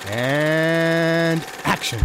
And action.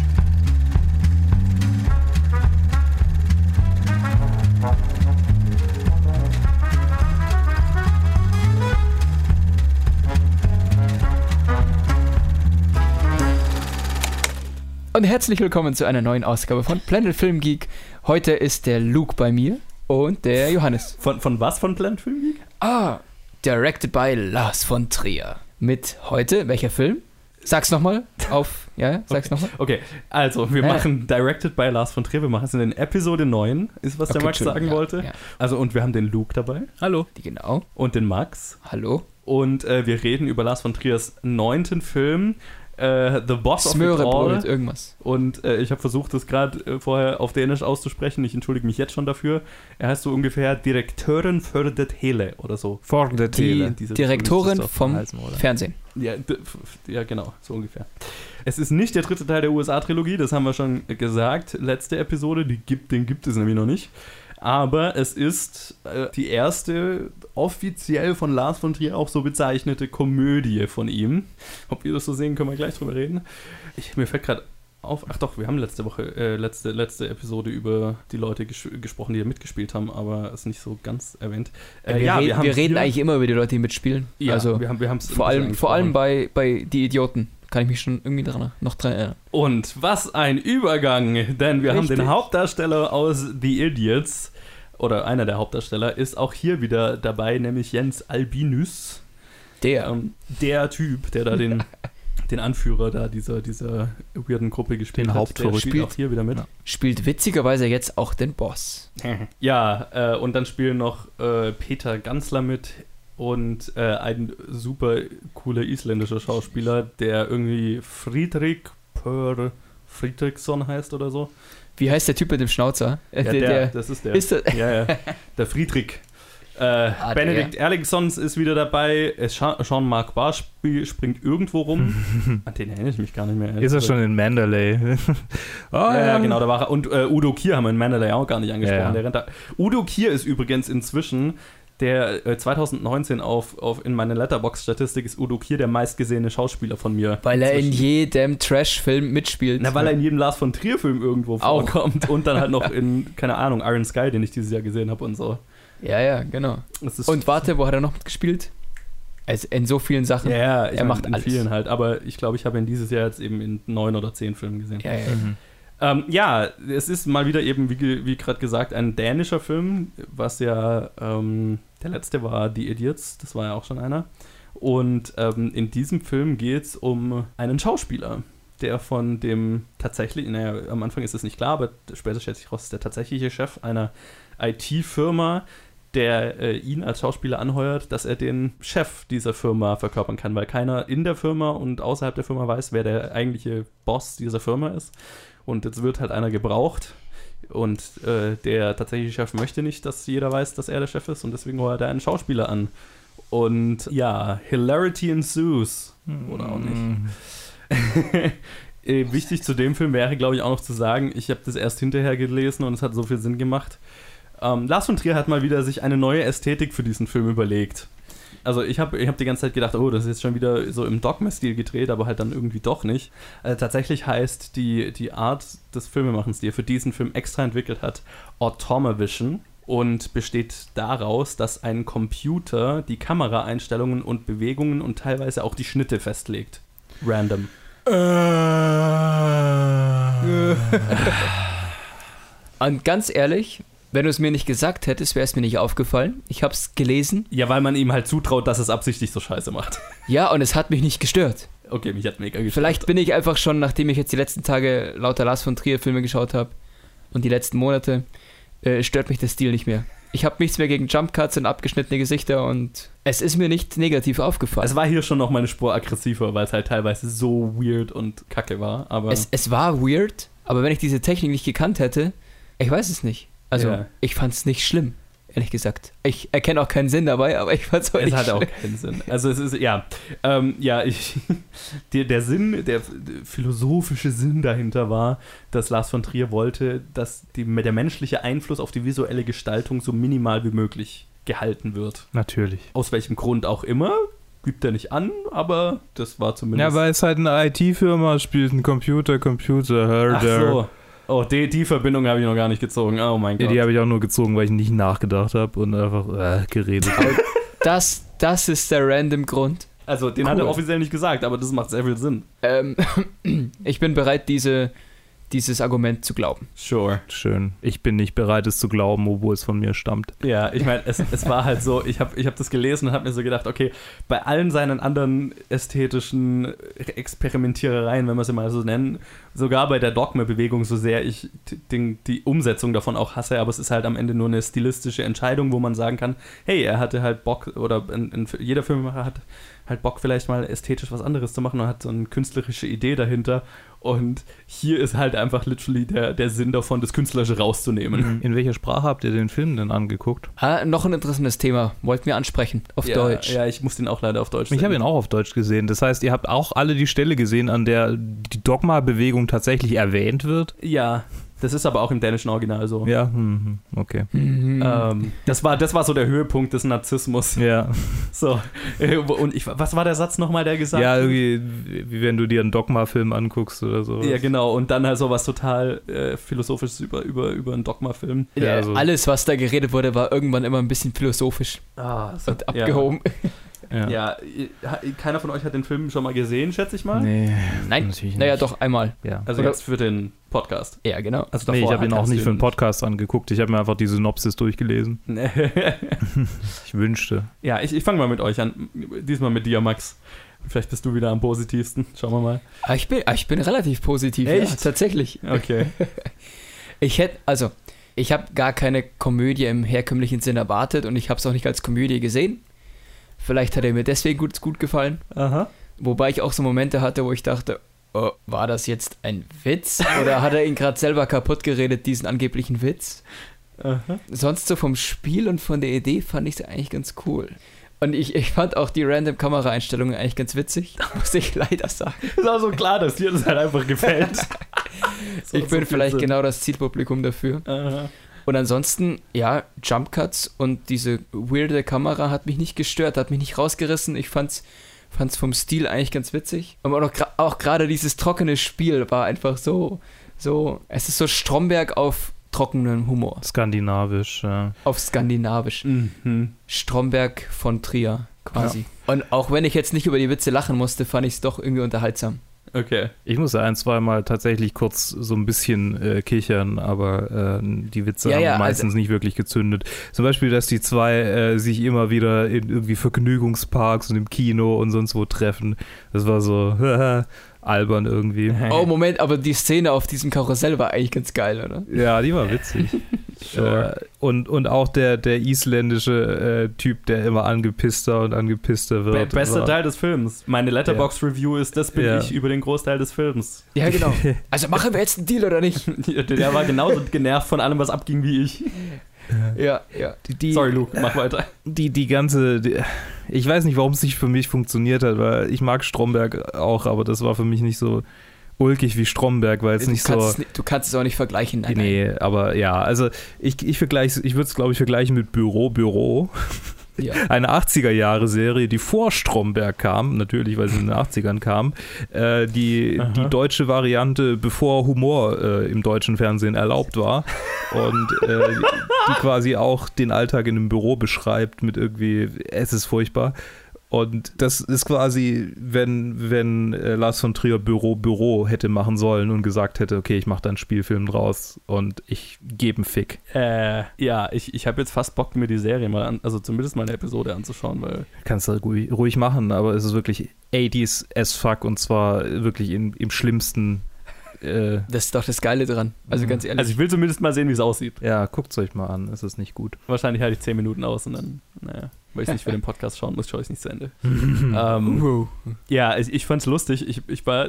Und herzlich willkommen zu einer neuen Ausgabe von Planet Film Geek. Heute ist der Luke bei mir und der Johannes. Von was von Planet Film Geek? Directed by Lars von Trier. Mit heute, welcher Film? Sag's nochmal auf, sag's nochmal. Okay, also wir machen Directed by Lars von Trier, wir machen es in Episode 9, ist was der Max sagen wollte. Ja. Also und wir haben den Luke dabei. Hallo. Genau. Und den Max. Hallo. Und wir reden über Lars von Triers 9. Film, The Boss of It All. Irgendwas. Und ich habe versucht, das gerade vorher auf Dänisch auszusprechen. Ich entschuldige mich jetzt schon dafür. Er heißt so ungefähr Direktören för det hele oder so. För det hele. Die Direktorin vom Fernsehen. Ja, genau, so ungefähr. Es ist nicht der dritte Teil der USA-Trilogie, das haben wir schon gesagt. Letzte Episode, den gibt es nämlich noch nicht. Aber es ist die erste offiziell von Lars von Trier auch so bezeichnete Komödie von ihm. Ob wir das so sehen, können wir gleich drüber reden. Mir fällt gerade auf, ach doch, wir haben letzte Episode über die Leute gesprochen, die da mitgespielt haben, aber es nicht so ganz erwähnt. Wir reden eigentlich immer über die Leute, die mitspielen. Ja, also wir haben es vor allem bei Die Idioten. Kann ich mich schon irgendwie noch dran erinnern. Und was ein Übergang, denn wir haben den Hauptdarsteller aus The Idiots, oder einer der Hauptdarsteller, ist auch hier wieder dabei, nämlich Jens Albinus. Der Typ, der da den Anführer da dieser weirden Gruppe gespielt hat, der spielt auch hier wieder mit. Spielt witzigerweise jetzt auch den Boss. Ja, und dann spielen noch Peter Gansler mit, und ein super cooler isländischer Schauspieler, der irgendwie Friedrich Friedrichsson heißt oder so. Wie heißt der Typ mit dem Schnauzer? Das ist der. Ja. Der Friedrich. Benedikt Erlingssons ist wieder dabei. Jean-Marc Barr springt irgendwo rum. An den erinnere ich mich gar nicht mehr. Ist er schon in Mandalay? Ja, genau, da war er. Und Udo Kier haben wir in Mandalay auch gar nicht angesprochen. Ja. Der rennt da. Udo Kier ist übrigens inzwischen der 2019 in meiner Letterboxd-Statistik ist Udo Kier der meistgesehene Schauspieler von mir. Weil er in jedem Trash-Film mitspielt. Weil er in jedem Lars von Trier-Film irgendwo vorkommt. Und dann halt noch in, keine Ahnung, Iron Sky, den ich dieses Jahr gesehen habe und so. Ja, genau. Und warte, wo hat er noch mitgespielt? Also in so vielen Sachen. Ja, er macht in alles. Vielen halt. Aber ich glaube, ich habe ihn dieses Jahr jetzt eben in 9 oder 10 Filmen gesehen. Ja. Es ist mal wieder eben, wie gerade gesagt, ein dänischer Film, was ja der letzte war The Idiots, das war ja auch schon einer. Und in diesem Film geht es um einen Schauspieler, der von dem tatsächlich, am Anfang ist es nicht klar, aber später stellt sich raus, ist der tatsächliche Chef einer IT-Firma, der ihn als Schauspieler anheuert, dass er den Chef dieser Firma verkörpern kann, weil keiner in der Firma und außerhalb der Firma weiß, wer der eigentliche Boss dieser Firma ist. Und jetzt wird halt einer gebraucht und der tatsächliche Chef möchte nicht, dass jeder weiß, dass er der Chef ist und deswegen heuert er einen Schauspieler an. Und ja, Hilarity ensues. Oder auch nicht. Wichtig zu dem Film wäre, glaube ich, auch noch zu sagen, ich habe das erst hinterher gelesen und es hat so viel Sinn gemacht. Lars von Trier hat mal wieder sich eine neue Ästhetik für diesen Film überlegt. Also ich hab die ganze Zeit gedacht, das ist jetzt schon wieder so im Dogma-Stil gedreht, aber halt dann irgendwie doch nicht. Tatsächlich heißt die Art des Filmemachens, die er für diesen Film extra entwickelt hat, Automavision, und besteht daraus, dass ein Computer die Kameraeinstellungen und Bewegungen und teilweise auch die Schnitte festlegt. Random. Und ganz ehrlich, wenn du es mir nicht gesagt hättest, wäre es mir nicht aufgefallen. Ich habe es gelesen. Ja, weil man ihm halt zutraut, dass es absichtlich so scheiße macht. Ja, und es hat mich nicht gestört. Okay, mich hat mega gestört. Vielleicht bin ich einfach schon, nachdem ich jetzt die letzten Tage lauter Lars von Trier Filme geschaut habe und die letzten Monate, stört mich der Stil nicht mehr. Ich habe nichts mehr gegen Jumpcuts und abgeschnittene Gesichter und es ist mir nicht negativ aufgefallen. Es war hier schon noch mal eine Spur aggressiver, weil es halt teilweise so weird und kacke war. Aber es war weird, aber wenn ich diese Technik nicht gekannt hätte, ich weiß es nicht. Also, ich fand es nicht schlimm, ehrlich gesagt. Ich erkenne auch keinen Sinn dabei, aber ich fand es auch nicht schlimm. Es hat auch keinen Sinn. Also, es ist, der Sinn, der philosophische Sinn dahinter war, dass Lars von Trier wollte, dass der menschliche Einfluss auf die visuelle Gestaltung so minimal wie möglich gehalten wird. Natürlich. Aus welchem Grund auch immer. gibt er nicht an, aber das war zumindest... Ja, weil es halt eine IT-Firma spielt, ein Computer, Ach so. Oh, die Verbindung habe ich noch gar nicht gezogen. Oh mein Gott. Die habe ich auch nur gezogen, weil ich nicht nachgedacht habe und einfach geredet habe. Das ist der random Grund. Also, den hat er offiziell nicht gesagt, aber das macht sehr viel Sinn. Ich bin bereit, dieses Argument zu glauben. Sure. Schön. Ich bin nicht bereit, es zu glauben, obwohl es von mir stammt. Ja, ich meine, es war halt so, ich hab das gelesen und habe mir so gedacht, okay, bei allen seinen anderen ästhetischen Experimentierereien, wenn wir sie mal so nennen, sogar bei der Dogma-Bewegung, so sehr ich die Umsetzung davon auch hasse, aber es ist halt am Ende nur eine stilistische Entscheidung, wo man sagen kann, hey, er hatte halt Bock, oder jeder Filmemacher hat halt Bock, vielleicht mal ästhetisch was anderes zu machen und hat so eine künstlerische Idee dahinter. Und hier ist halt einfach literally der Sinn davon, das Künstlerische rauszunehmen. In welcher Sprache habt ihr den Film denn angeguckt? Noch ein interessantes Thema. Wollten wir ansprechen. Auf Deutsch. Ja, ich muss den auch leider auf Deutsch sehen. Ich habe ihn auch auf Deutsch gesehen. Das heißt, ihr habt auch alle die Stelle gesehen, an der die Dogma-Bewegung tatsächlich erwähnt wird? Ja. Das ist aber auch im dänischen Original so. Ja, okay. Das war so der Höhepunkt des Narzissmus. Ja. So. Und was war der Satz nochmal, der gesagt hat? Ja, irgendwie, wie wenn du dir einen Dogma-Film anguckst oder so. Ja, genau. Und dann halt so was total Philosophisches über einen Dogma-Film. Ja, also alles, was da geredet wurde, war irgendwann immer ein bisschen philosophisch und abgehoben. Ja, keiner von euch hat den Film schon mal gesehen, schätze ich mal? Nee. Nein, natürlich naja, nicht. doch, einmal. Ja. Also jetzt für den Podcast. Ja, genau. Also Nee, ich habe ihn auch nicht für einen Podcast. Podcast angeguckt. Ich habe mir einfach die Synopsis durchgelesen. Ich wünschte. Ja, ich fange mal mit euch an. Diesmal mit dir, Max. Vielleicht bist du wieder am positivsten. Schauen wir mal. Ich bin relativ positiv. Echt? Ja, tatsächlich. Okay. Ich habe gar keine Komödie im herkömmlichen Sinn erwartet und ich habe es auch nicht als Komödie gesehen. Vielleicht hat er mir deswegen gut gefallen. Aha. Wobei ich auch so Momente hatte, wo ich dachte, oh, war das jetzt ein Witz? Oder hat er ihn gerade selber kaputt geredet, diesen angeblichen Witz? Aha. Sonst so vom Spiel und von der Idee fand ich es eigentlich ganz cool. Und ich fand auch die random Kameraeinstellungen eigentlich ganz witzig, muss ich leider sagen. Ist auch so klar, dass dir das halt einfach gefällt. Ich bin vielleicht genau das Zielpublikum dafür. Aha. Und ansonsten, ja, Jumpcuts und diese weirde Kamera hat mich nicht gestört, hat mich nicht rausgerissen. Ich fand's vom Stil eigentlich ganz witzig. Aber auch gerade dieses trockene Spiel war einfach so, es ist so Stromberg auf trockenem Humor. Skandinavisch, ja. Auf Skandinavisch. Mhm. Stromberg von Trier, quasi. Ja. Und auch wenn ich jetzt nicht über die Witze lachen musste, fand ich es doch irgendwie unterhaltsam. Okay. Ich musste 1-2 Mal tatsächlich kurz so ein bisschen kichern, aber die Witze haben meistens nicht wirklich gezündet. Zum Beispiel, dass die zwei sich immer wieder in irgendwie Vergnügungsparks und im Kino und sonst wo treffen. Das war so albern irgendwie. Oh, Moment, aber die Szene auf diesem Karussell war eigentlich ganz geil, oder? Ja, die war witzig. Sure. Und auch der isländische Typ, der immer angepisster wird. Bester Teil des Films. Meine Letterboxd-Review ist, das bin ich über den Großteil des Films. Ja, genau. Also machen wir jetzt einen Deal oder nicht? Der war genauso genervt von allem, was abging wie ich. Ja. Sorry, Luke, mach weiter. Ich weiß nicht, warum es nicht für mich funktioniert hat, weil ich mag Stromberg auch, aber das war für mich nicht so ulkig wie Stromberg, weil es nicht so... Du kannst es auch nicht vergleichen. Nein. Nee, aber ja, also ich würde es, glaube ich, vergleichen mit Büro. Ja. Eine 80er-Jahre-Serie, die vor Stromberg kam, natürlich, weil sie in den 80ern kam, die deutsche Variante, bevor Humor im deutschen Fernsehen erlaubt war und die quasi auch den Alltag in einem Büro beschreibt mit irgendwie, es ist furchtbar. Und das ist quasi, wenn Lars von Trier Büro hätte machen sollen und gesagt hätte, okay, ich mache da einen Spielfilm draus und ich gebe einen Fick. Ja, ich habe jetzt fast Bock, mir die Serie mal also zumindest mal eine Episode anzuschauen, weil... Kannst du ruhig machen, aber es ist wirklich 80s as fuck und zwar wirklich im schlimmsten... Das ist doch das Geile dran, also ganz ehrlich. Also ich will zumindest mal sehen, wie es aussieht. Ja, guckt es euch mal an, es ist nicht gut. Wahrscheinlich halte ich 10 Minuten aus und dann, weil ich es nicht für den Podcast schauen muss, schaue ich es nicht zu Ende. Ja, ich fand es lustig, ich war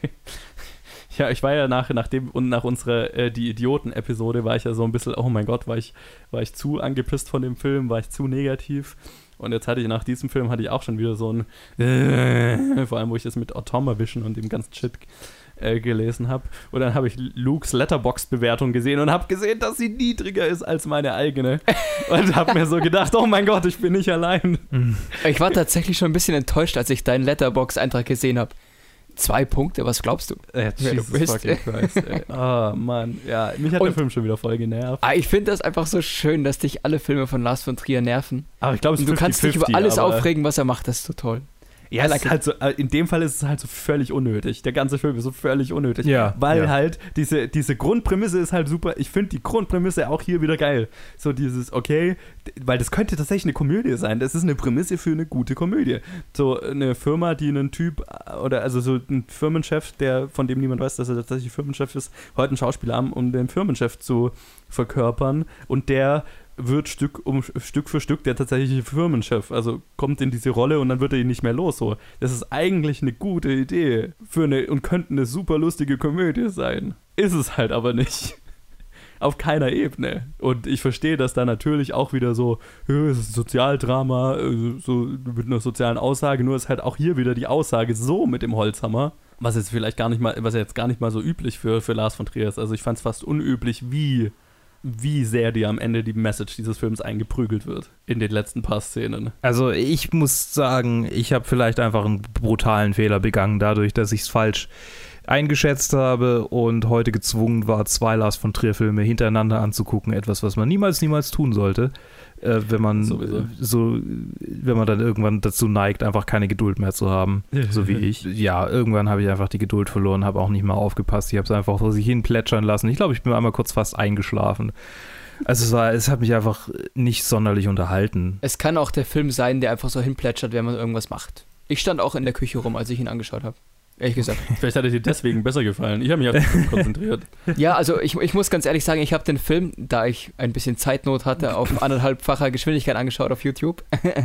ja nach unserer Die Idioten-Episode war ich ja so ein bisschen, oh mein Gott, war ich zu angepisst von dem Film, war ich zu negativ. Und jetzt hatte ich nach diesem Film auch schon wieder so ein vor allem, wo ich das mit Automavision und dem ganzen Shit gelesen habe. Und dann habe ich Lukes Letterboxd-Bewertung gesehen und habe gesehen, dass sie niedriger ist als meine eigene. Und habe mir so gedacht, oh mein Gott, ich bin nicht allein. Ich war tatsächlich schon ein bisschen enttäuscht, als ich deinen Letterboxd-Eintrag gesehen habe. 2 Punkte, was glaubst du? Jesus fucking Christ, ey. Oh Mann, ja, mich hat der Film schon wieder voll genervt. Ich finde das einfach so schön, dass dich alle Filme von Lars von Trier nerven. Aber ich glaube, du kannst dich über alles aufregen, was er macht, das ist so toll. Ja, es ist halt so, in dem Fall ist es halt so völlig unnötig. Der ganze Film ist so völlig unnötig. Ja, weil halt diese Grundprämisse ist halt super. Ich finde die Grundprämisse auch hier wieder geil. So dieses, okay, weil das könnte tatsächlich eine Komödie sein. Das ist eine Prämisse für eine gute Komödie. So eine Firma, die einen Typ, oder also so ein Firmenchef, von dem niemand weiß, dass er tatsächlich Firmenchef ist, heute einen Schauspieler haben, um den Firmenchef zu verkörpern. Und der wird Stück für Stück der tatsächliche Firmenchef, also kommt in diese Rolle und dann wird er ihn nicht mehr los. So. Das ist eigentlich eine gute Idee und könnte eine super lustige Komödie sein. Ist es halt aber nicht. Auf keiner Ebene. Und ich verstehe, dass da natürlich auch wieder so, es ist ein Sozialdrama, so mit einer sozialen Aussage, nur ist halt auch hier wieder die Aussage so mit dem Holzhammer, was jetzt gar nicht mal so üblich für Lars von Trier ist. Also ich fand es fast unüblich, wie sehr dir am Ende die Message dieses Films eingeprügelt wird in den letzten paar Szenen. Also ich muss sagen, ich habe vielleicht einfach einen brutalen Fehler begangen, dadurch, dass ich es falsch eingeschätzt habe und heute gezwungen war, 2 Lars von Trier Filme hintereinander anzugucken. Etwas, was man niemals tun sollte, wenn man dann irgendwann dazu neigt, einfach keine Geduld mehr zu haben, so wie ich. Ja, irgendwann habe ich einfach die Geduld verloren, habe auch nicht mal aufgepasst. Ich habe es einfach vor sich hin plätschern lassen. Ich glaube, ich bin einmal kurz fast eingeschlafen. Also es hat mich einfach nicht sonderlich unterhalten. Es kann auch der Film sein, der einfach so hinplätschert, wenn man irgendwas macht. Ich stand auch in der Küche rum, als ich ihn angeschaut habe. Ehrlich gesagt. Vielleicht hat er dir deswegen besser gefallen. Ich habe mich auf den Film konzentriert. Ja, also ich muss ganz ehrlich sagen, ich habe den Film, da ich ein bisschen Zeitnot hatte, auf 1,5-facher Geschwindigkeit angeschaut auf YouTube.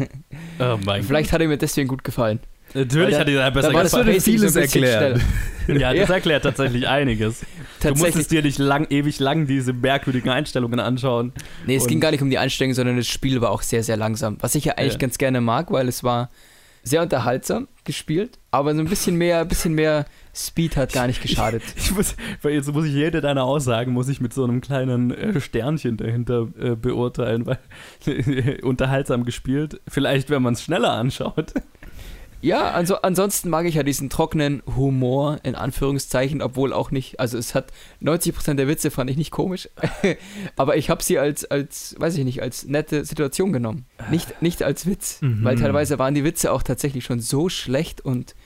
Oh mein Gott. Vielleicht hat er mir deswegen gut gefallen. Natürlich hat er besser gefallen. Das würde vieles erklären. Ja, das erklärt tatsächlich einiges. Du musstest dir nicht ewig lang diese merkwürdigen Einstellungen anschauen. Nee, es ging gar nicht um die Einstellungen, sondern das Spiel war auch sehr, sehr langsam. Was ich ja eigentlich ganz gerne mag, weil es war sehr unterhaltsam gespielt, aber so ein bisschen mehr Speed hat gar nicht geschadet. Jetzt muss ich jede deiner Aussagen mit so einem kleinen Sternchen dahinter beurteilen, weil unterhaltsam gespielt. Vielleicht, wenn man es schneller anschaut. Ja, also ansonsten mag ich ja diesen trockenen Humor, in Anführungszeichen, obwohl auch nicht, also es hat 90% der Witze fand ich nicht komisch, aber ich habe sie als, weiß ich nicht, als nette Situation genommen. Nicht als Witz, weil teilweise waren die Witze auch tatsächlich schon so schlecht und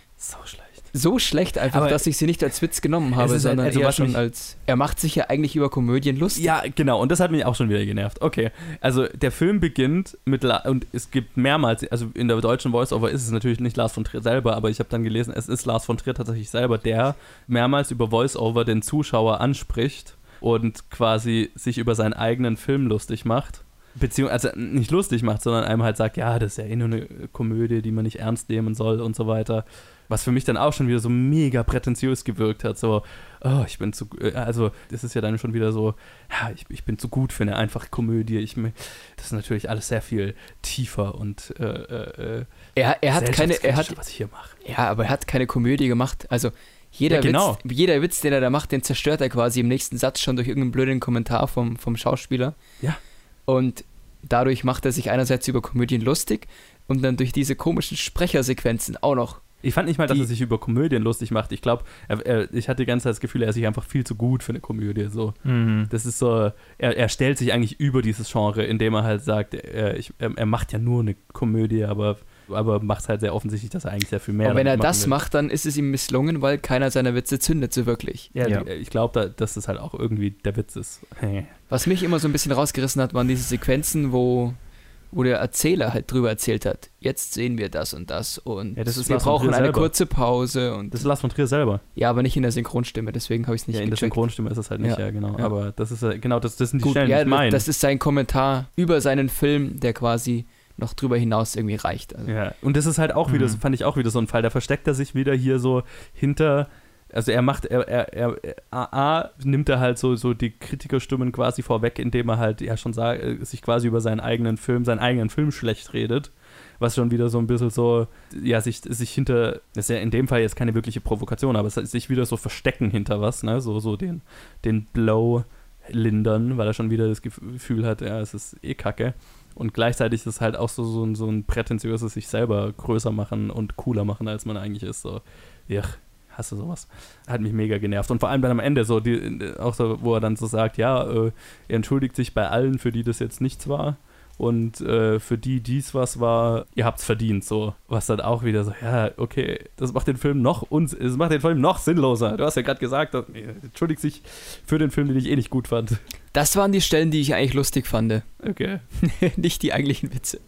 so schlecht einfach, aber dass ich sie nicht als Witz genommen habe, sondern eher schon als, er macht sich ja eigentlich über Komödien lustig. Ja, genau, und das hat mich auch schon wieder genervt. Okay, also der Film beginnt und es gibt mehrmals, also in der deutschen Voice-Over ist es natürlich nicht Lars von Trier selber, aber ich habe dann gelesen, es ist Lars von Trier tatsächlich selber, der mehrmals über Voice-Over den Zuschauer anspricht und quasi sich über seinen eigenen Film lustig macht. Beziehungsweise nicht lustig macht, sondern einem halt sagt, ja, das ist ja eh nur eine Komödie, die man nicht ernst nehmen soll und so weiter. Was für mich dann auch schon wieder so mega prätentiös gewirkt hat. So, oh, ich bin also das ist ja dann schon wieder so, ja, ich bin zu gut für eine einfache Komödie. Das ist natürlich alles sehr viel tiefer und er hat keine, was ich hier mache. Ja, aber er hat keine Komödie gemacht. Also jeder Witz, den er da macht, den zerstört er quasi im nächsten Satz schon durch irgendeinen blöden Kommentar vom Schauspieler. Ja. Und dadurch macht er sich einerseits über Komödien lustig und dann durch diese komischen Sprechersequenzen auch noch. Ich fand nicht mal, dass er sich über Komödien lustig macht. Ich glaube, ich hatte die ganze Zeit das Gefühl, er ist sich einfach viel zu gut für eine Komödie. So. Das ist so, er stellt sich eigentlich über dieses Genre, indem er halt sagt, er macht ja nur eine Komödie, aber macht es halt sehr offensichtlich, dass er eigentlich sehr viel mehr macht. Und wenn er das macht, dann ist es ihm misslungen, weil keiner seiner Witze zündet so wirklich. Ja. Ich glaube, dass das halt auch irgendwie der Witz ist. Was mich immer so ein bisschen rausgerissen hat, waren diese Sequenzen, wo der Erzähler halt drüber erzählt hat, jetzt sehen wir das und das und wir brauchen eine kurze Pause. Und das ist Lars von Trier selber. Ja, aber nicht in der Synchronstimme, deswegen habe ich es nicht gecheckt. In der Synchronstimme ist es halt nicht, genau. Ja. Aber das ist genau, das sind die Stellen, die ich meine. Das ist sein Kommentar über seinen Film, der quasi noch drüber hinaus irgendwie reicht. Also. Ja, und das ist halt auch wieder, fand ich auch wieder so ein Fall, da versteckt er sich wieder hier so hinter, also nimmt er halt so die Kritikerstimmen quasi vorweg, indem er halt ja schon sagt, sich quasi über seinen eigenen Film schlecht redet. was schon wieder so ein bisschen so, ja, sich hinter, das ist ja in dem Fall jetzt keine wirkliche Provokation, aber sich wieder so verstecken hinter was, ne, so den Blow lindern, weil er schon wieder das Gefühl hat, ja, es ist eh kacke. Und gleichzeitig ist es halt auch so ein prätentiöses sich selber größer machen und cooler machen, als man eigentlich ist. So, ja, hasse sowas. Hat mich mega genervt. Und vor allem dann am Ende, so, auch so, wo er dann so sagt, ja, er entschuldigt sich bei allen, für die das jetzt nichts war. Und für die dies was war, ihr habt's verdient, so. Was dann auch wieder so, ja, okay, das macht den Film noch sinnloser. Du hast ja gerade gesagt, er entschuldigt sich für den Film, den ich eh nicht gut fand. Das waren die Stellen, die ich eigentlich lustig fand. Okay. Nicht die eigentlichen Witze.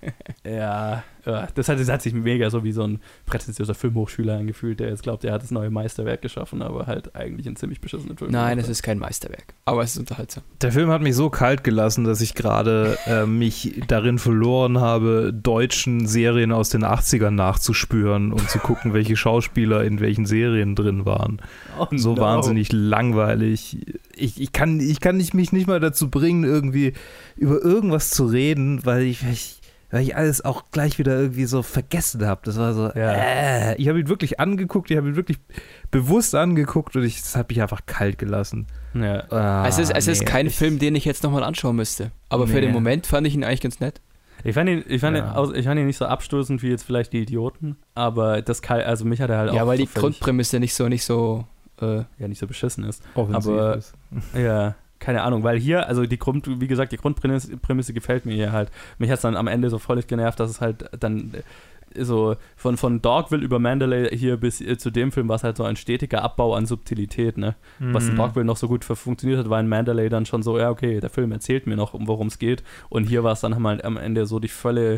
Ja, das hat sich mega so wie so ein prätentiöser Filmhochschüler angefühlt, der jetzt glaubt, er hat das neue Meisterwerk geschaffen, aber halt eigentlich einen ziemlich beschissenen Film. Nein, es ist kein Meisterwerk, aber es ist unterhaltsam. Der Film hat mich so kalt gelassen, dass ich gerade mich darin verloren habe, deutschen Serien aus den 80ern nachzuspüren und zu gucken, welche Schauspieler in welchen Serien drin waren. Oh, so wahnsinnig langweilig. Ich kann mich nicht mal dazu bringen, irgendwie über irgendwas zu reden, weil ich alles auch gleich wieder irgendwie so vergessen habe. Das war so, ich habe ihn wirklich angeguckt, ich habe ihn wirklich bewusst angeguckt und das hat mich einfach kalt gelassen. Ja. Es ist kein Film, den ich jetzt nochmal anschauen müsste. Aber für den Moment fand ich ihn eigentlich ganz nett. Ich fand ihn nicht so abstoßend wie jetzt vielleicht die Idioten, aber mich hat er halt auch. Ja, weil die Grundprämisse nicht so nicht so beschissen ist. Offensiv aber ist. Ja. Keine Ahnung, weil hier, also die Grundprämisse gefällt mir hier halt. Mich hat es dann am Ende so völlig genervt, dass es halt dann so von Dogville über Mandalay hier bis zu dem Film war es halt so ein stetiger Abbau an Subtilität, ne? Was in Dogville noch so gut funktioniert hat, war in Mandalay dann schon so, ja, okay, der Film erzählt mir noch, worum es geht. Und hier war es dann halt am Ende so die volle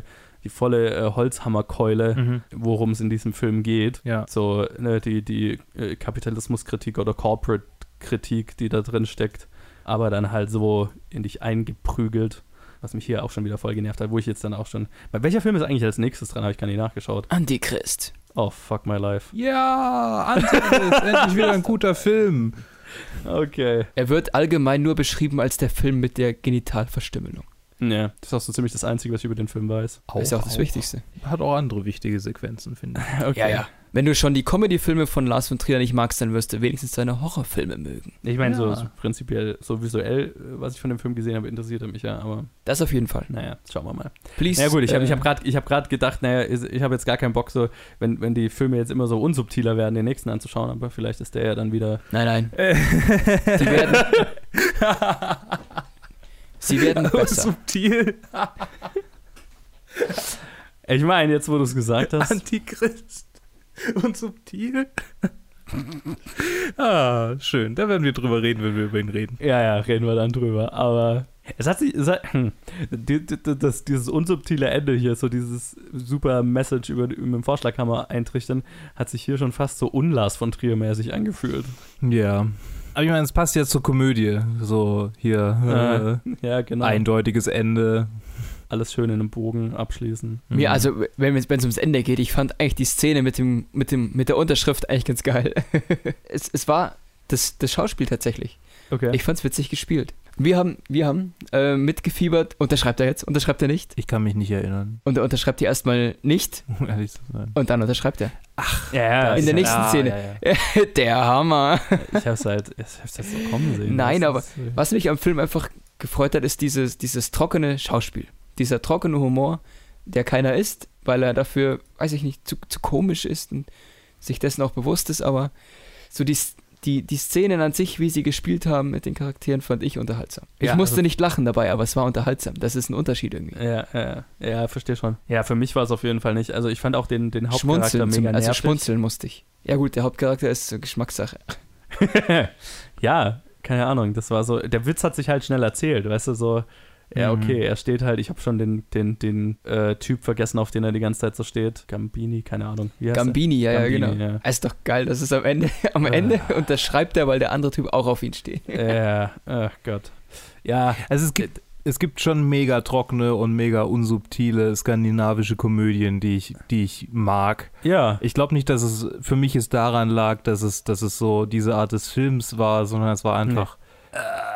Holzhammerkeule, worum es in diesem Film geht. Ja. So, ne, die Kapitalismuskritik oder Corporate-Kritik, die da drin steckt. Aber dann halt so in dich eingeprügelt, was mich hier auch schon wieder voll genervt hat, wo ich jetzt dann auch schon... Bei welcher Film ist eigentlich als nächstes dran? Habe ich gar nicht nachgeschaut. Antichrist. Oh, fuck my life. Ja, Antichrist, endlich wieder ein guter Film. Okay. Er wird allgemein nur beschrieben als der Film mit der Genitalverstümmelung. Ja, das ist auch so ziemlich das Einzige, was ich über den Film weiß. Ist ja auch das Wichtigste. Hat auch andere wichtige Sequenzen, finde ich. Okay. Ja. Wenn du schon die Comedy-Filme von Lars von Trier nicht magst, dann wirst du wenigstens seine Horrorfilme mögen. Ich meine, so prinzipiell, so visuell, was ich von dem Film gesehen habe, interessiert mich ja, aber... Das auf jeden Fall. Naja, schauen wir mal. Please. Ja gut, ich hab grad gedacht, ich habe jetzt gar keinen Bock, so, wenn die Filme jetzt immer so unsubtiler werden, den nächsten anzuschauen, aber vielleicht ist der ja dann wieder... Nein. Sie werden besser. Subtil. Ich meine, jetzt wo du es gesagt hast. Antichrist und subtil. Schön. Da werden wir drüber reden, wenn wir über ihn reden. Ja, reden wir dann drüber. Aber dieses unsubtile Ende hier, so dieses super Message über den Vorschlaghammer eintrichtern, hat sich hier schon fast so un-Lars von Trier-mäßig angefühlt. Ja. Aber ich meine, es passt ja zur Komödie. So hier, ja, genau. Eindeutiges Ende. Alles schön in einem Bogen abschließen. Ja, also wenn es ums Ende geht, ich fand eigentlich die Szene mit der Unterschrift eigentlich ganz geil. es war das Schauspiel tatsächlich. Okay. Ich fand's witzig gespielt. Wir haben mitgefiebert. Unterschreibt er jetzt? Unterschreibt er nicht? Ich kann mich nicht erinnern. Und er unterschreibt die erstmal nicht. Um ehrlich zu sein. Und dann unterschreibt er. Ach, ja, in der nächsten Szene. Ja. Der Hammer. Ich hab's halt so kommen sehen. Nein, aber was mich am Film einfach gefreut hat, ist dieses trockene Schauspiel. Dieser trockene Humor, der keiner ist, weil er dafür, weiß ich nicht, zu komisch ist und sich dessen auch bewusst ist, aber so die Szenen an sich, wie sie gespielt haben mit den Charakteren, fand ich unterhaltsam. Ich musste nicht lachen dabei, aber es war unterhaltsam. Das ist ein Unterschied irgendwie. Ja, verstehe schon. Ja, für mich war es auf jeden Fall nicht. Also ich fand auch den Hauptcharakter mega nervig. Also schmunzeln musste ich. Ja gut, der Hauptcharakter ist so Geschmackssache. Ja, keine Ahnung, das war so, der Witz hat sich halt schnell erzählt, weißt du, so, ja, okay, er steht halt, ich habe schon den Typ vergessen, auf den er die ganze Zeit so steht. Gambini, keine Ahnung. Wie heißt Gambini, er? Ja, genau. Ja. Ist doch geil, das ist am Ende unterschreibt er, weil der andere Typ auch auf ihn steht. Ja, ach Gott. Ja, also es gibt schon mega trockene und mega unsubtile skandinavische Komödien, die ich mag. Ja. Ich glaube nicht, dass es für mich daran lag, dass es so diese Art des Films war, sondern es war einfach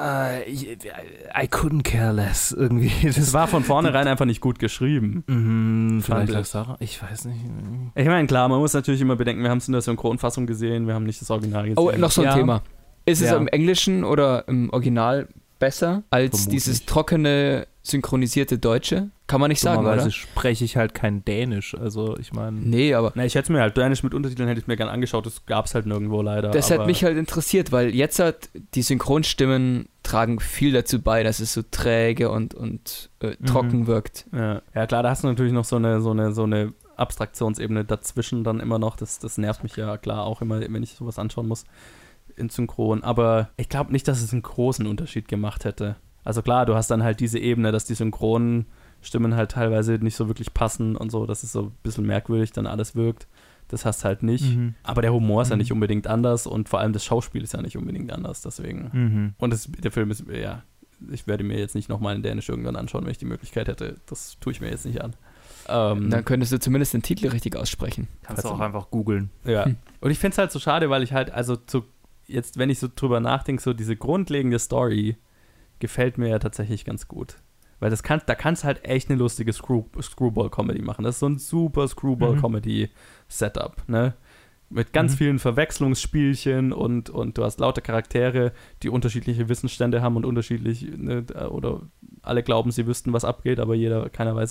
I couldn't care less irgendwie. Das war von vornherein einfach nicht gut geschrieben. Vielleicht lag es daran. Ich weiß nicht. Ich meine, klar, man muss natürlich immer bedenken, wir haben es in der Synchronfassung gesehen, wir haben nicht das Original gesehen. Oh, noch so ein Thema. Ist es Ja. im Englischen oder im Original besser als Vermutlich. dieses trockene, synchronisierte Deutsche? Kann man nicht sagen, Dummerweise oder? spreche ich halt kein Dänisch. Also ich meine. Nee, aber Na, ich hätte es mir halt Dänisch mit Untertiteln hätte ich mir gern angeschaut, das gab es halt nirgendwo leider. das aber hat mich halt interessiert, weil jetzt hat die Synchronstimmen tragen viel dazu bei, dass es so träge und trocken wirkt. Ja, klar, da hast du natürlich noch so eine Abstraktionsebene dazwischen dann immer noch. Das nervt mich ja klar auch immer, wenn ich sowas anschauen muss in Synchron. Aber ich glaube nicht, dass es einen großen Unterschied gemacht hätte. Also klar, du hast dann halt diese Ebene, dass die Synchronstimmen halt teilweise nicht so wirklich passen und so, dass es so ein bisschen merkwürdig dann alles wirkt. Das hast halt nicht. Aber der Humor ist ja nicht unbedingt anders und vor allem das Schauspiel ist ja nicht unbedingt anders, deswegen. Und der Film ist, ja, ich werde mir jetzt nicht nochmal in Dänisch irgendwann anschauen, wenn ich die Möglichkeit hätte. Das tue ich mir jetzt nicht an. Dann könntest du zumindest den Titel richtig aussprechen. Kannst du auch einfach googeln. Ja. Und ich finde es halt so schade, weil ich halt, also jetzt, wenn ich so drüber nachdenke, so diese grundlegende Story gefällt mir ja tatsächlich ganz gut. Weil da kannst du halt echt eine lustige Screwball-Comedy machen. Das ist so ein super Screwball-Comedy-Setup, ne? Mit ganz vielen Verwechslungsspielchen und du hast lauter Charaktere, die unterschiedliche Wissensstände haben und unterschiedlich, ne, oder alle glauben, sie wüssten, was abgeht, aber jeder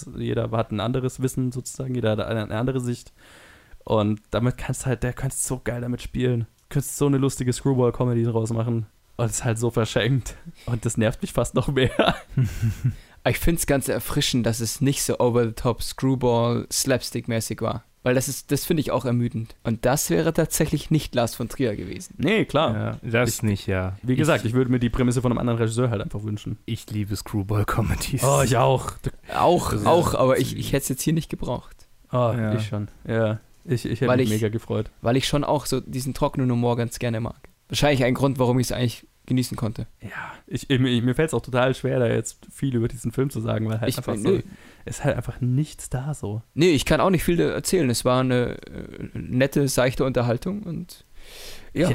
hat ein anderes Wissen sozusagen, jeder hat eine andere Sicht. Und damit kannst du so geil damit spielen. Du könntest so eine lustige Screwball-Comedy draus machen. Und es ist halt so verschenkt. Und das nervt mich fast noch mehr. Ich finde es ganz erfrischend, dass es nicht so over-the-top Screwball-Slapstick-mäßig war. Weil das finde ich auch ermüdend. Und das wäre tatsächlich nicht Lars von Trier gewesen. Nee, klar. Ja, das nicht, ja. Wie gesagt, ich würde mir die Prämisse von einem anderen Regisseur halt einfach wünschen. Ich liebe Screwball-Comedies. Oh, ich auch. Auch, aber ich hätte es jetzt hier nicht gebraucht. Oh, Ja. ich schon. Ja, ich hätte Weil mich ich- mega gefreut. Weil ich schon auch so diesen trockenen Humor ganz gerne mag. Wahrscheinlich ein Grund, warum ich es eigentlich genießen konnte. Ja, mir fällt es auch total schwer, da jetzt viel über diesen Film zu sagen, weil halt ist halt einfach nichts da so. Nee, ich kann auch nicht viel erzählen. Es war eine nette, seichte Unterhaltung und ja.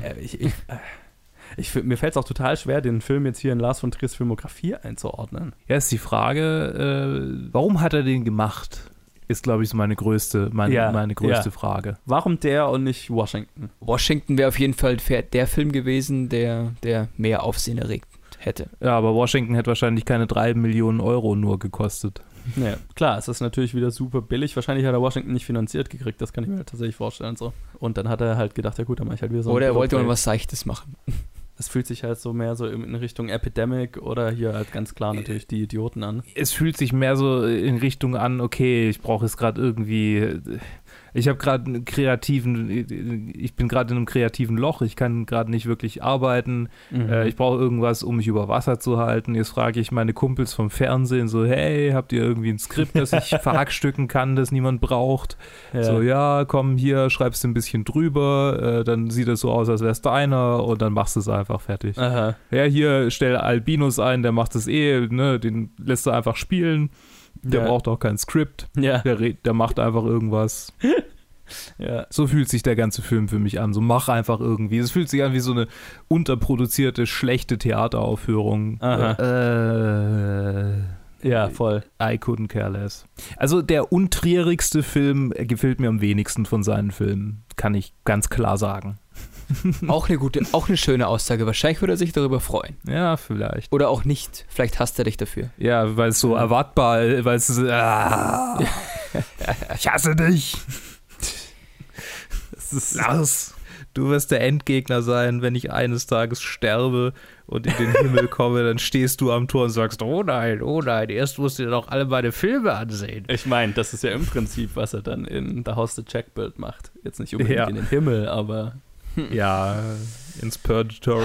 Mir fällt es auch total schwer, den Film jetzt hier in Lars von Triers Filmografie einzuordnen. Ja, ist die Frage, warum hat er den gemacht? Ist, glaube ich, so meine größte Frage. Warum der und nicht Washington? Washington wäre auf jeden Fall der Film gewesen, der mehr Aufsehen erregt hätte. Ja, aber Washington hätte wahrscheinlich keine 3 Millionen Euro nur gekostet. Ja, klar, es ist natürlich wieder super billig. Wahrscheinlich hat er Washington nicht finanziert gekriegt, das kann ich mir tatsächlich vorstellen. So. Und dann hat er halt gedacht, ja gut, dann mache ich halt wieder so. Oder er wollte Pilot-Play. mal was Seichtes machen. Es fühlt sich halt so mehr so in Richtung Epidemic oder hier halt ganz klar natürlich die Idioten an. Es fühlt sich mehr so in Richtung an, okay, ich brauche es gerade irgendwie, ich bin gerade in einem kreativen Loch, ich kann gerade nicht wirklich arbeiten, ich brauche irgendwas, um mich über Wasser zu halten. Jetzt frage ich meine Kumpels vom Fernsehen so, hey, habt ihr irgendwie ein Skript, das ich verhackstücken kann, das niemand braucht? Ja. So, ja, komm, hier, schreibst du ein bisschen drüber, dann sieht es so aus, als wär's deiner und dann machst du es einfach fertig. Aha. Ja, hier, stell Albinus ein, der macht es ne, den lässt du einfach spielen. Der Ja. braucht auch kein Skript. Ja. Der macht einfach irgendwas. Ja. So fühlt sich der ganze Film für mich an. So mach einfach irgendwie. Es fühlt sich an wie so eine unterproduzierte, schlechte Theateraufführung. Aha. Ja, voll. I couldn't care less. Also der untrierigste Film gefällt mir am wenigsten von seinen Filmen. Kann ich ganz klar sagen. Auch eine schöne Aussage. Wahrscheinlich würde er sich darüber freuen. Ja, vielleicht. Oder auch nicht. Vielleicht hasst er dich dafür. Ja, weil es so erwartbar, weil es so, ich hasse dich. Lars, du wirst der Endgegner sein, wenn ich eines Tages sterbe und in den Himmel komme, dann stehst du am Tor und sagst, oh nein, erst musst du dir doch alle meine Filme ansehen. Ich meine, das ist ja im Prinzip, was er dann in The House the Jack-Bild macht. Jetzt nicht unbedingt in den Himmel, aber ja, ins Purgatory.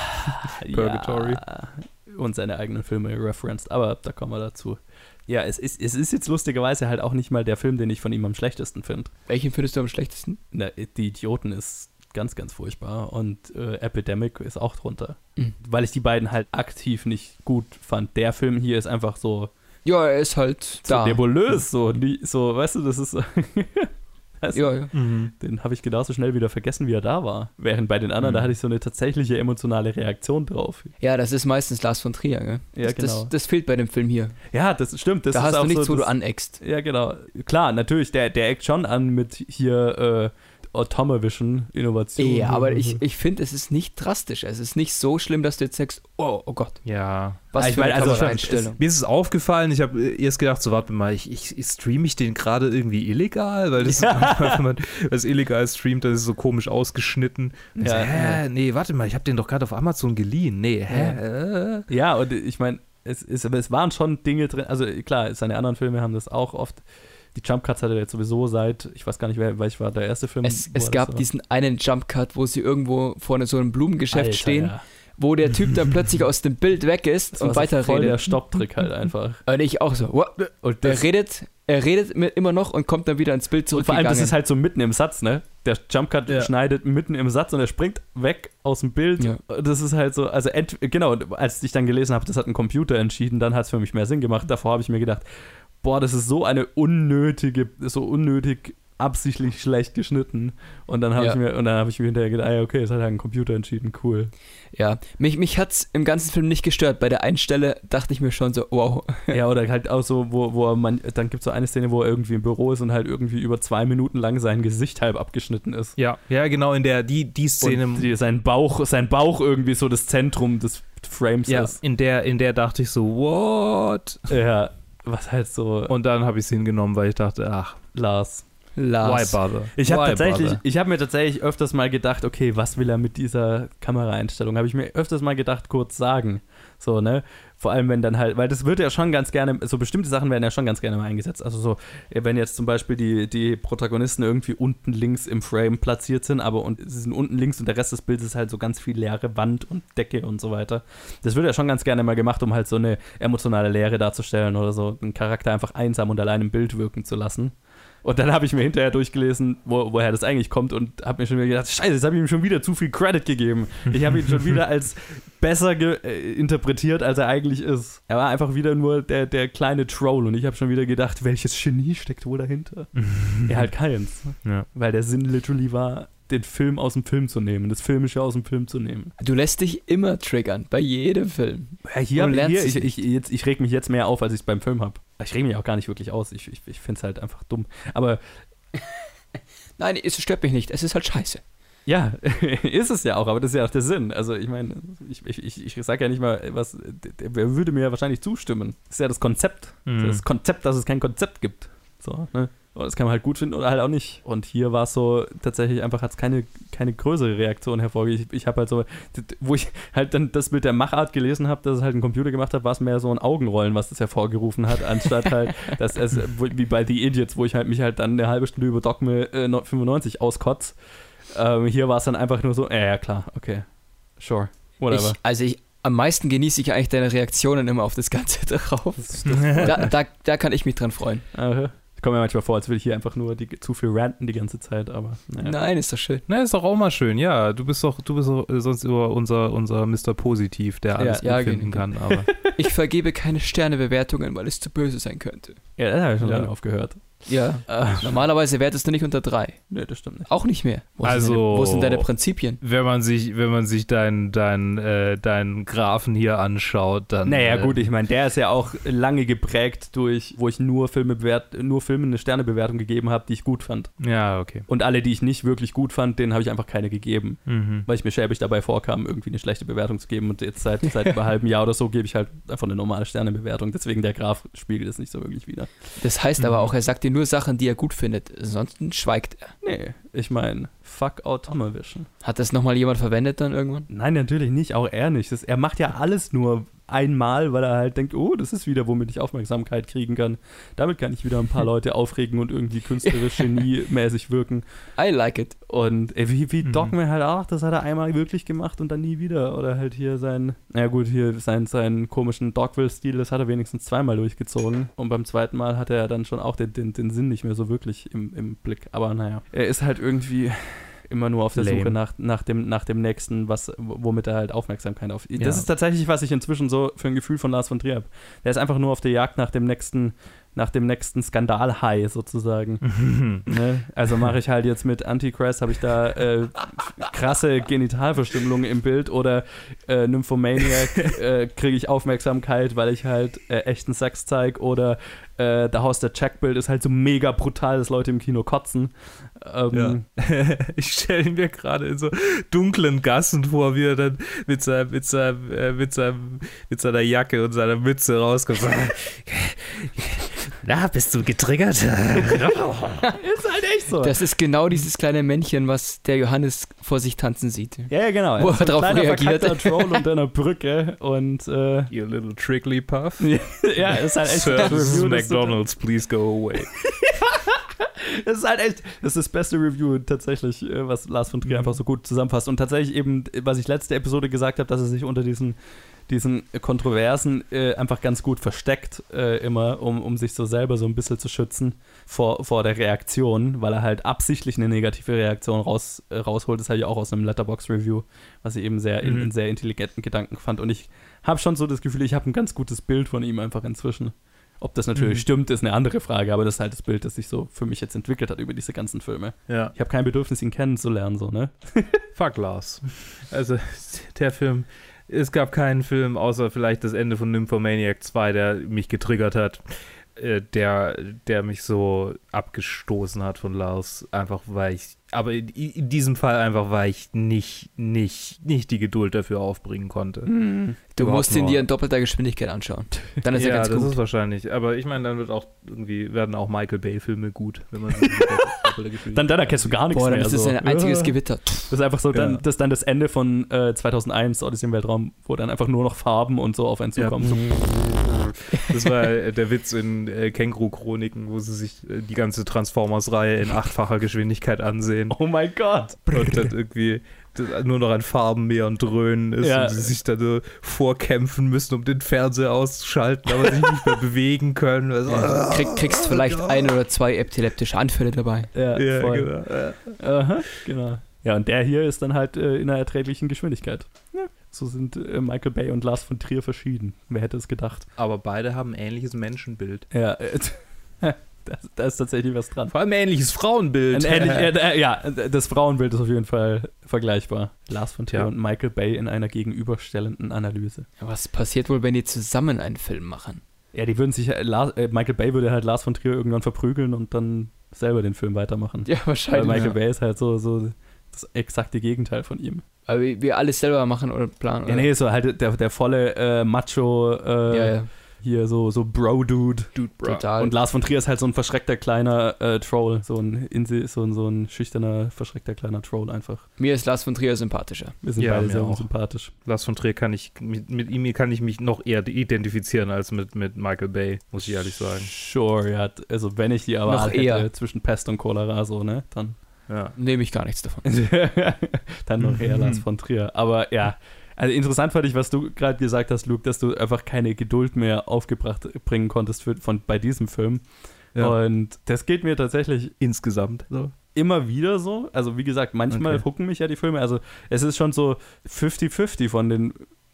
Ja, und seine eigenen Filme referenced, aber da kommen wir dazu. Ja, es ist jetzt lustigerweise halt auch nicht mal der Film, den ich von ihm am schlechtesten finde. Welchen findest du am schlechtesten? Die Idioten ist ganz, ganz furchtbar und Epidemic ist auch drunter. Mhm. Weil ich die beiden halt aktiv nicht gut fand. Der Film hier ist einfach so Ja, er ist halt so da. nebulös, so, weißt du, das ist Also, Ja. den habe ich genauso schnell wieder vergessen, wie er da war. Während bei den anderen, da hatte ich so eine tatsächliche emotionale Reaktion drauf. Ja, das ist meistens Lars von Trier, gell? Ja, genau. Das fehlt bei dem Film hier. Ja, das stimmt. Das Da ist hast auch du nichts, so, wo du aneckst. Ja, genau. Klar, natürlich, der eckt schon an mit hier Atomavision-Innovation. Ja, aber ich finde, es ist nicht drastisch. Es ist nicht so schlimm, dass du jetzt sagst, oh Gott, Ja. was ich für eine meine, also Kameraeinstellung. mir ist es aufgefallen, ich habe erst gedacht, so warte mal, ich streame ich den gerade irgendwie illegal, weil das wenn man das illegal streamt, das ist so komisch ausgeschnitten. Und so, nee, warte mal, ich habe den doch gerade auf Amazon geliehen. Nee, Ja, und ich meine, es waren schon Dinge drin, also klar, seine anderen Filme haben das auch oft. Die Jump Cuts hat er jetzt sowieso seit, ich weiß gar nicht, welcher war der erste Film. Es gab diesen einen Jump Cut, wo sie irgendwo vor so einem Blumengeschäft Alter, stehen, ja. wo der Typ dann plötzlich aus dem Bild weg ist Das und war so voll weiterredet. der Stopptrick halt einfach. Und ich auch so, what? Und Er redet immer noch und kommt dann wieder ins Bild und zurück. vor allem, das ist halt so mitten im Satz, ne? Der Jump Cut schneidet mitten im Satz und er springt weg aus dem Bild. Ja. Das ist halt so, also genau, als ich dann gelesen habe, das hat ein Computer entschieden, dann hat es für mich mehr Sinn gemacht. Davor habe ich mir gedacht, boah, das ist so unnötig absichtlich schlecht geschnitten. Und dann habe ich mir hinterher gedacht, okay, es hat halt ein Computer entschieden, cool. Ja, mich hat's im ganzen Film nicht gestört. Bei der einen Stelle dachte ich mir schon so, wow. Ja, oder halt auch so, dann gibt es so eine Szene, wo er irgendwie im Büro ist und halt irgendwie über 2 Minuten lang sein Gesicht halb abgeschnitten ist. Ja, genau, in der, die Szene. Und sein Bauch irgendwie so das Zentrum des Frames ist. In der dachte ich so, what? Ja, was halt so. Und dann habe ich es hingenommen, weil ich dachte, ach, Lars. why bother? Ich habe mir tatsächlich öfters mal gedacht, okay, was will er mit dieser Kameraeinstellung? Habe ich mir öfters mal gedacht, kurz sagen. So, ne? Vor allem, wenn dann halt, weil das wird ja schon ganz gerne, so bestimmte Sachen werden ja schon ganz gerne mal eingesetzt. Also so, wenn jetzt zum Beispiel die Protagonisten irgendwie unten links im Frame platziert sind, und sie sind unten links und der Rest des Bildes ist halt so ganz viel leere Wand und Decke und so weiter. Das wird ja schon ganz gerne mal gemacht, um halt so eine emotionale Leere darzustellen oder so einen Charakter einfach einsam und allein im Bild wirken zu lassen. Und dann habe ich mir hinterher durchgelesen, woher das eigentlich kommt und habe mir schon wieder gedacht, scheiße, jetzt habe ich ihm schon wieder zu viel Credit gegeben. Ich habe ihn schon wieder als besser interpretiert, als er eigentlich ist. Er war einfach wieder nur der kleine Troll und ich habe schon wieder gedacht, welches Genie steckt wohl dahinter? Ja, halt keins. Ja. Weil der Sinn literally war, den Film aus dem Film zu nehmen, das Filmische aus dem Film zu nehmen. Du lässt dich immer triggern, bei jedem Film. Ja, ich reg mich jetzt mehr auf, als ich es beim Film habe. Ich reg mich auch gar nicht wirklich aus, ich finde es halt einfach dumm. Aber nein, es stört mich nicht, es ist halt scheiße. Ja, ist es ja auch, aber das ist ja auch der Sinn. Also ich meine, ich sage ja nicht mal, wer würde mir ja wahrscheinlich zustimmen. Das ist ja das Konzept. Das Konzept, dass es kein Konzept gibt. So, ne? Das kann man halt gut finden oder halt auch nicht. Und hier war es so, tatsächlich einfach hat es keine größere Reaktion hervorgehoben. Ich habe halt so, wo ich halt dann das mit der Machart gelesen habe, dass es halt ein Computer gemacht hat, war es mehr so ein Augenrollen, was das hervorgerufen hat, anstatt halt, dass es, wie bei The Idiots, wo ich halt mich halt dann eine halbe Stunde über Dogme 95 auskotze. Hier war es dann einfach nur so, ja klar, okay, sure, whatever. Am meisten genieße ich eigentlich deine Reaktionen immer auf das Ganze drauf. Da kann ich mich dran freuen. Ich komme mir manchmal vor, als würde ich hier einfach nur zu viel ranten die ganze Zeit, aber naja. Nein, ist doch schön. Na, ist doch auch mal schön, ja. Du bist doch sonst über unser Mr. Positiv, der alles finden kann. Aber ich vergebe keine Sternebewertungen, weil es zu böse sein könnte. Ja, das habe ich schon lange aufgehört. Ja, normalerweise wertest du nicht unter 3. Nee, das stimmt nicht. Auch nicht mehr. Wo sind deine Prinzipien? Wenn man sich deinen Graphen hier anschaut, dann... Naja, gut, ich meine, der ist ja auch lange geprägt durch, wo ich nur Filmen eine Sternebewertung gegeben habe, die ich gut fand. Ja, okay. Und alle, die ich nicht wirklich gut fand, denen habe ich einfach keine gegeben. Weil ich mir schäbig dabei vorkam, irgendwie eine schlechte Bewertung zu geben. Und jetzt seit einem halben Jahr oder so gebe ich halt einfach eine normale Sternebewertung. Deswegen der Graph spiegelt es nicht so wirklich wider. Das heißt aber auch, er sagt dir nur Sachen, die er gut findet. Ansonsten schweigt er. Nee, ich meine, fuck Atomavision. Hat das nochmal jemand verwendet dann irgendwann? Nein, natürlich nicht, auch er nicht. Er macht ja alles nur einmal, weil er halt denkt, oh, das ist wieder, womit ich Aufmerksamkeit kriegen kann. Damit kann ich wieder ein paar Leute aufregen und irgendwie künstlerisch geniemäßig wirken. I like it. Und wie Dogma halt auch, das hat er einmal wirklich gemacht und dann nie wieder. Oder halt hier seinen komischen Dogville-Stil, das hat er wenigstens zweimal durchgezogen. Und beim zweiten Mal hat er dann schon auch den Sinn nicht mehr so wirklich im Blick. Aber naja, er ist halt irgendwie... immer nur auf der Lame. Suche nach dem nächsten, womit er halt Aufmerksamkeit auf. Ja. Das ist tatsächlich, was ich inzwischen so für ein Gefühl von Lars von Trier habe. Der ist einfach nur auf der Jagd nach dem nächsten Skandal-High sozusagen. Ne? Also mache ich halt jetzt mit Antichrist, habe ich da krasse Genitalverstümmelungen im Bild oder Nymphomaniac kriege ich Aufmerksamkeit, weil ich halt echten Sex zeige oder der Haus der Jack-Bild ist halt so mega brutal, dass Leute im Kino kotzen. Ich stelle mir gerade in so dunklen Gassen vor, wie er dann mit seiner Jacke und seiner Mütze rauskommt. Na, bist du getriggert? Ist halt echt so. Das ist genau dieses kleine Männchen, was der Johannes vor sich tanzen sieht. Ja, genau. Wo er drauf reagiert. Troll unter einer Brücke und You little trickly puff. ja, ist halt echt Sir, das this is Review, McDonald's, please go away. das ist halt echt, das ist das beste Review tatsächlich, was Lars von Trier einfach so gut zusammenfasst. Und tatsächlich eben, was ich letzte Episode gesagt habe, dass er sich unter diesen Kontroversen einfach ganz gut versteckt, immer, um sich so selber so ein bisschen zu schützen vor der Reaktion, weil er halt absichtlich eine negative Reaktion rausholt. Das habe ich auch aus einem Letterboxd-Review, was ich eben einen sehr intelligenten Gedanken fand. Und ich habe schon so das Gefühl, ich habe ein ganz gutes Bild von ihm einfach inzwischen. Ob das natürlich stimmt, ist eine andere Frage, aber das ist halt das Bild, das sich so für mich jetzt entwickelt hat über diese ganzen Filme. Ja. Ich habe kein Bedürfnis, ihn kennenzulernen, so, ne? Fuck Lars. Also, der Film, es gab keinen Film, außer vielleicht das Ende von Nymphomaniac 2, der mich getriggert hat, der mich so abgestoßen hat von Lars, einfach weil ich, aber in diesem Fall einfach, weil ich nicht die Geduld dafür aufbringen konnte. Du musst ihn dir in doppelter Geschwindigkeit anschauen. Dann ist er ganz gut. Ja, das ist wahrscheinlich, aber ich meine, dann werden auch Michael Bay-Filme gut, wenn man sie in doppelter Geschwindigkeit Dann erkennst du gar nichts Boah, dann mehr. ist das ein einziges Gewitter. Das ist einfach so, das ist dann das Ende von 2001, Odyssey im Weltraum, wo dann einfach nur noch Farben und so auf einen zukommen. Ja. Das war der Witz in Känguru-Chroniken, wo sie sich die ganze Transformers-Reihe in 8-facher Geschwindigkeit ansehen. Oh mein Gott! Und dann irgendwie nur noch ein Farbenmeer und Dröhnen ist und sie sich dann so vorkämpfen müssen, um den Fernseher auszuschalten, aber sich nicht mehr bewegen können. Also, Kriegst vielleicht 1 oder 2 epileptische Anfälle dabei. Ja, voll. Genau. Aha, genau. Ja, und der hier ist dann halt in einer erträglichen Geschwindigkeit. Ja. So sind Michael Bay und Lars von Trier verschieden. Wer hätte es gedacht? Aber beide haben ein ähnliches Menschenbild. Ja, da ist tatsächlich was dran. Vor allem ein ähnliches Frauenbild. Das Frauenbild ist auf jeden Fall vergleichbar. Lars von Trier und Michael Bay in einer gegenüberstellenden Analyse. Ja, was passiert wohl, wenn die zusammen einen Film machen? Ja, die würden sich, Michael Bay würde halt Lars von Trier irgendwann verprügeln und dann selber den Film weitermachen. Ja, wahrscheinlich. Weil Michael Bay ist halt so das exakte Gegenteil von ihm. Aber wir alles selber machen oder planen? Ja, nee, so halt der volle Macho, hier so Bro-Dude. Total. Und Lars von Trier ist halt so ein verschreckter kleiner Troll, so ein schüchterner, verschreckter kleiner Troll einfach. Mir ist Lars von Trier sympathischer. Wir sind beide sehr unsympathisch. Lars von Trier mit ihm kann ich mich noch eher identifizieren als mit Michael Bay, muss ich ehrlich sagen. Sure, ja, also wenn ich die aber noch hätte zwischen Pest und Cholera, so, ne, dann nehme ich gar nichts davon. Dann noch eher Lars von Trier. Aber ja, also interessant fand ich, was du gerade gesagt hast, Luke, dass du einfach keine Geduld mehr bringen konntest bei diesem Film. Ja. Und das geht mir tatsächlich insgesamt so. Immer wieder so. Also wie gesagt, manchmal hucken mich ja die Filme. Also es ist schon so 50-50 von den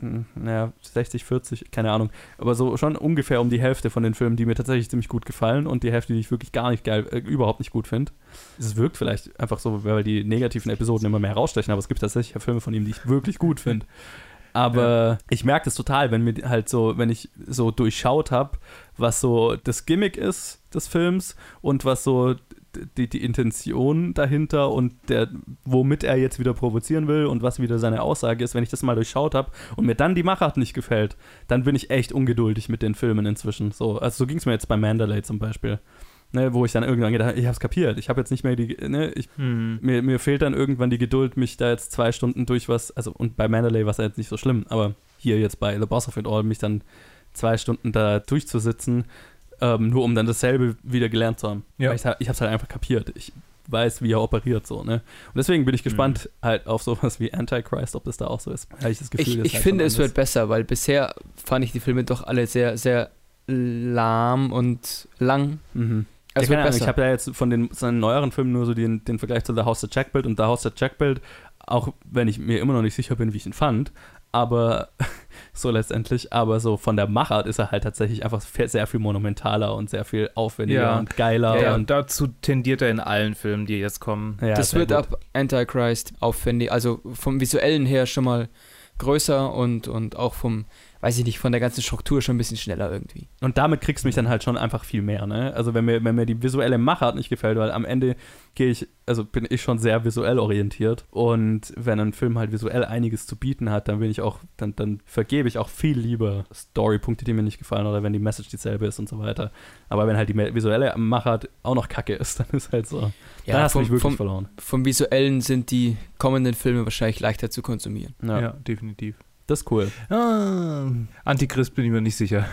60, 40, keine Ahnung. Aber so schon ungefähr um die Hälfte von den Filmen, die mir tatsächlich ziemlich gut gefallen und die Hälfte, die ich wirklich gar nicht geil, überhaupt nicht gut finde. Es wirkt vielleicht einfach so, weil die negativen Episoden immer mehr rausstechen, aber es gibt tatsächlich Filme von ihm, die ich wirklich gut finde. Aber ich merke das total, wenn ich so durchschaut habe, was so das Gimmick ist des Films und was so die Intention dahinter und womit er jetzt wieder provozieren will und was wieder seine Aussage ist, wenn ich das mal durchschaut habe und mir dann die Machart nicht gefällt, dann bin ich echt ungeduldig mit den Filmen inzwischen. So, also so ging es mir jetzt bei Mandalay zum Beispiel. Ne, wo ich dann irgendwann gedacht habe, ich hab's kapiert, ich habe jetzt nicht mehr mir fehlt dann irgendwann die Geduld, mich da jetzt 2 Stunden durch und bei Mandalay war es ja jetzt nicht so schlimm, aber hier jetzt bei The Boss of It All, mich dann 2 Stunden da durchzusitzen, nur um dann dasselbe wieder gelernt zu haben. Ja. Ich hab's halt einfach kapiert, ich weiß, wie er operiert, so, ne? Und deswegen bin ich gespannt halt auf sowas wie Antichrist, ob das da auch so ist. Habe ich das Gefühl, ich finde, es wird besser, weil bisher fand ich die Filme doch alle sehr, sehr lahm und lang. Es wird besser. Ich habe ja jetzt von seinen neueren Filmen nur so den Vergleich zu The House of Jack Built, und The House of Jack Built, auch wenn ich mir immer noch nicht sicher bin, wie ich ihn fand, aber so letztendlich, aber so von der Machart ist er halt tatsächlich einfach sehr viel monumentaler und sehr viel aufwendiger und geiler. Ja, und dazu tendiert er in allen Filmen, die jetzt kommen. Ja, das wird ab Antichrist aufwendig, also vom Visuellen her schon mal größer und auch vom, weiß ich nicht, von der ganzen Struktur schon ein bisschen schneller irgendwie. Und damit kriegst du mich dann halt schon einfach viel mehr, ne? Also wenn mir die visuelle Machart nicht gefällt, weil am Ende bin ich schon sehr visuell orientiert, und wenn ein Film halt visuell einiges zu bieten hat, dann vergebe ich auch viel lieber Storypunkte, die mir nicht gefallen, oder wenn die Message dieselbe ist und so weiter. Aber wenn halt die visuelle Machart auch noch kacke ist, dann ist halt so, Ja, dann hast du mich wirklich verloren. Vom Visuellen sind die kommenden Filme wahrscheinlich leichter zu konsumieren. Ja, definitiv. Das ist cool. Antichrist bin ich mir nicht sicher.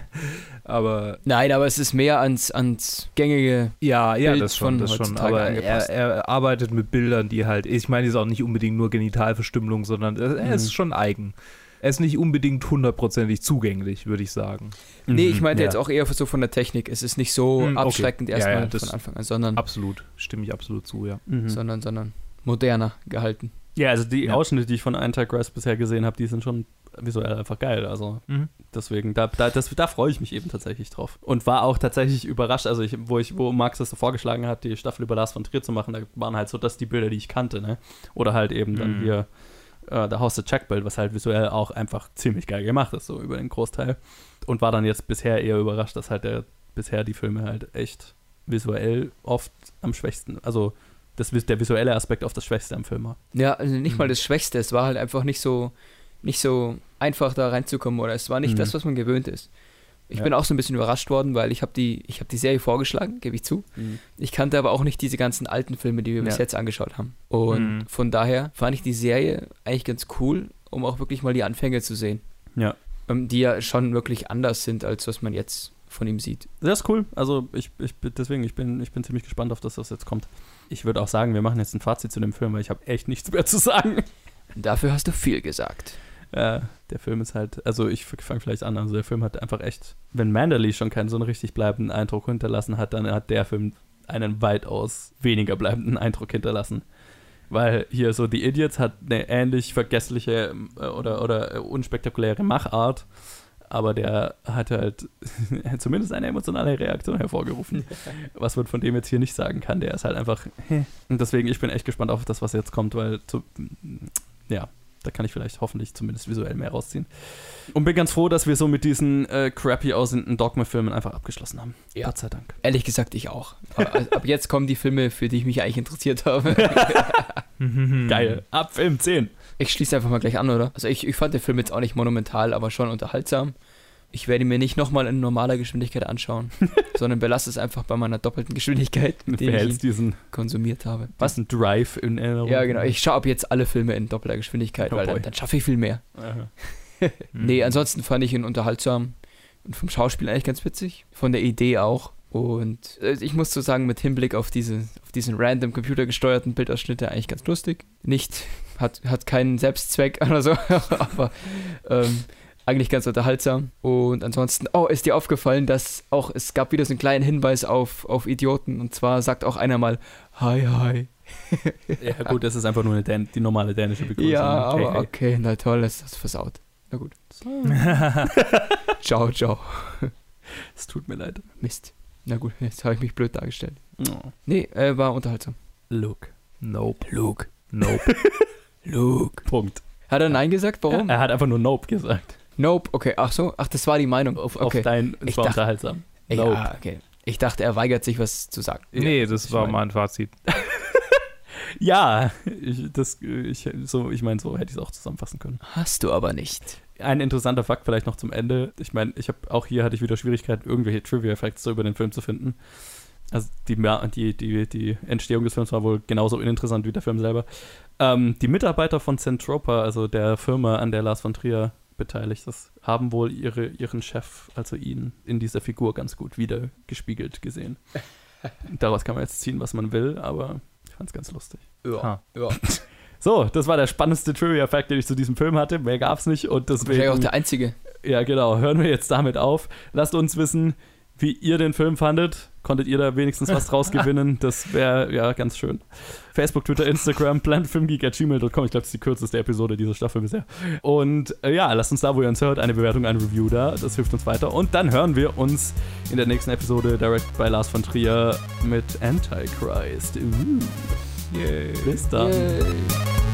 Aber Nein, aber es ist mehr ans gängige Bild das schon. heutzutage Aber angepasst. er arbeitet mit Bildern, die halt, ich meine, es ist auch nicht unbedingt nur Genitalverstümmelung, sondern er ist schon eigen. Er ist nicht unbedingt 100%ig zugänglich, würde ich sagen. Nee, ich meinte jetzt auch eher so von der Technik. Es ist nicht so abschreckend erstmal von Anfang an, sondern absolut, stimme ich absolut zu, ja. sondern moderner gehalten. Ja, also die Ausschnitte, die ich von Antichrist bisher gesehen habe, die sind schon visuell einfach geil. Also deswegen, da freue ich mich eben tatsächlich drauf. Und war auch tatsächlich überrascht, also wo Max das so vorgeschlagen hat, die Staffel über Lars von Trier zu machen, da waren halt so das die Bilder, die ich kannte, ne? Oder halt eben dann hier The House of Jack Built, was halt visuell auch einfach ziemlich geil gemacht ist, so über den Großteil. Und war dann jetzt bisher eher überrascht, dass halt bisher die Filme halt echt visuell oft am schwächsten, also der visuelle Aspekt auf das Schwächste am Film war. Ja, also nicht mal das Schwächste, es war halt einfach nicht so einfach da reinzukommen, oder es war nicht das, was man gewöhnt ist. Ich bin auch so ein bisschen überrascht worden, weil ich hab die Serie vorgeschlagen, gebe ich zu. Ich kannte aber auch nicht diese ganzen alten Filme, die wir bis jetzt angeschaut haben. Und von daher fand ich die Serie eigentlich ganz cool, um auch wirklich mal die Anfänge zu sehen. Ja. Die ja schon wirklich anders sind, als was man jetzt von ihm sieht. Das ist cool. Also ich bin ziemlich gespannt auf das, was jetzt kommt. Ich würde auch sagen, wir machen jetzt ein Fazit zu dem Film, weil ich habe echt nichts mehr zu sagen. Dafür hast du viel gesagt. Der Film ist halt, also ich fange vielleicht an, also der Film hat einfach echt, wenn Manderley schon keinen so einen richtig bleibenden Eindruck hinterlassen hat, dann hat der Film einen weitaus weniger bleibenden Eindruck hinterlassen. Weil hier so The Idiots hat eine ähnlich vergessliche oder unspektakuläre Machart, aber der hat halt zumindest eine emotionale Reaktion hervorgerufen, was man von dem jetzt hier nicht sagen kann. Der ist halt einfach, und deswegen, ich bin echt gespannt auf das, was jetzt kommt, weil, da kann ich vielleicht hoffentlich zumindest visuell mehr rausziehen. Und bin ganz froh, dass wir so mit diesen crappy aussehenden Dogma-Filmen einfach abgeschlossen haben. Ja. Gott sei Dank. Ehrlich gesagt, ich auch. Ab jetzt kommen die Filme, für die ich mich eigentlich interessiert habe. Geil. Ab Film 10. Ich schließe einfach mal gleich an, oder? Also ich fand den Film jetzt auch nicht monumental, aber schon unterhaltsam. Ich werde mir nicht nochmal in normaler Geschwindigkeit anschauen, sondern belasse es einfach bei meiner doppelten Geschwindigkeit, mit der ich ihn konsumiert habe. Was? Ein Drive in Erinnerung? Ja, genau. Ich schaue ab jetzt alle Filme in doppelter Geschwindigkeit, weil dann schaffe ich viel mehr. Nee, ansonsten fand ich ihn unterhaltsam und vom Schauspiel eigentlich ganz witzig, von der Idee auch. Und ich muss so sagen, mit Hinblick auf diesen random computergesteuerten Bildausschnitte eigentlich ganz lustig. Hat keinen Selbstzweck oder so, aber eigentlich ganz unterhaltsam. Und ansonsten, ist dir aufgefallen, dass es gab wieder so einen kleinen Hinweis auf Idioten. Und zwar sagt auch einer mal, hi, hi. Ja gut, das ist einfach nur die normale dänische Begrüßung. Ja, aber okay, na toll, das ist versaut. Na gut. Ciao, ciao. Es tut mir leid. Mist. Na gut, jetzt habe ich mich blöd dargestellt. Oh. Nee, war unterhaltsam. Luke. Nope. Luke. Nope. Luke. Punkt. Hat er Nein gesagt? Warum? Er hat einfach nur Nope gesagt. Nope, okay. Ach so, das war die Meinung. Auf Okay. Es war unterhaltsam. Nope. Ja, okay. Ich dachte, er weigert sich, was zu sagen. Nee, das war mal ein Fazit. Ja, so hätte ich es auch zusammenfassen können. Hast du aber nicht. Ein interessanter Fakt vielleicht noch zum Ende. Ich meine, hatte ich wieder Schwierigkeiten, irgendwelche Trivia-Facts so über den Film zu finden. Also die Entstehung des Films war wohl genauso uninteressant wie der Film selber. Die Mitarbeiter von Zentropa, also der Firma, an der Lars von Trier beteiligt ist, haben wohl ihren Chef, also ihn, in dieser Figur ganz gut wieder gespiegelt gesehen. Daraus kann man jetzt ziehen, was man will, aber ich fand es ganz lustig. Ja. So, das war der spannendste Trivia-Fact, den ich zu diesem Film hatte. Mehr gab's nicht und deswegen... Wahrscheinlich auch der einzige. Ja, genau. Hören wir jetzt damit auf. Lasst uns wissen, wie ihr den Film fandet. Konntet ihr da wenigstens was draus gewinnen? Das wäre ja ganz schön. Facebook, Twitter, Instagram, planetfilmgeek@gmail.com. Ich glaube, das ist die kürzeste Episode dieser Staffel bisher. Und ja, lasst uns da, wo ihr uns hört, eine Bewertung, eine Review da. Das hilft uns weiter. Und dann hören wir uns in der nächsten Episode direct bei Lars von Trier mit Antichrist. Bis dann. Yay.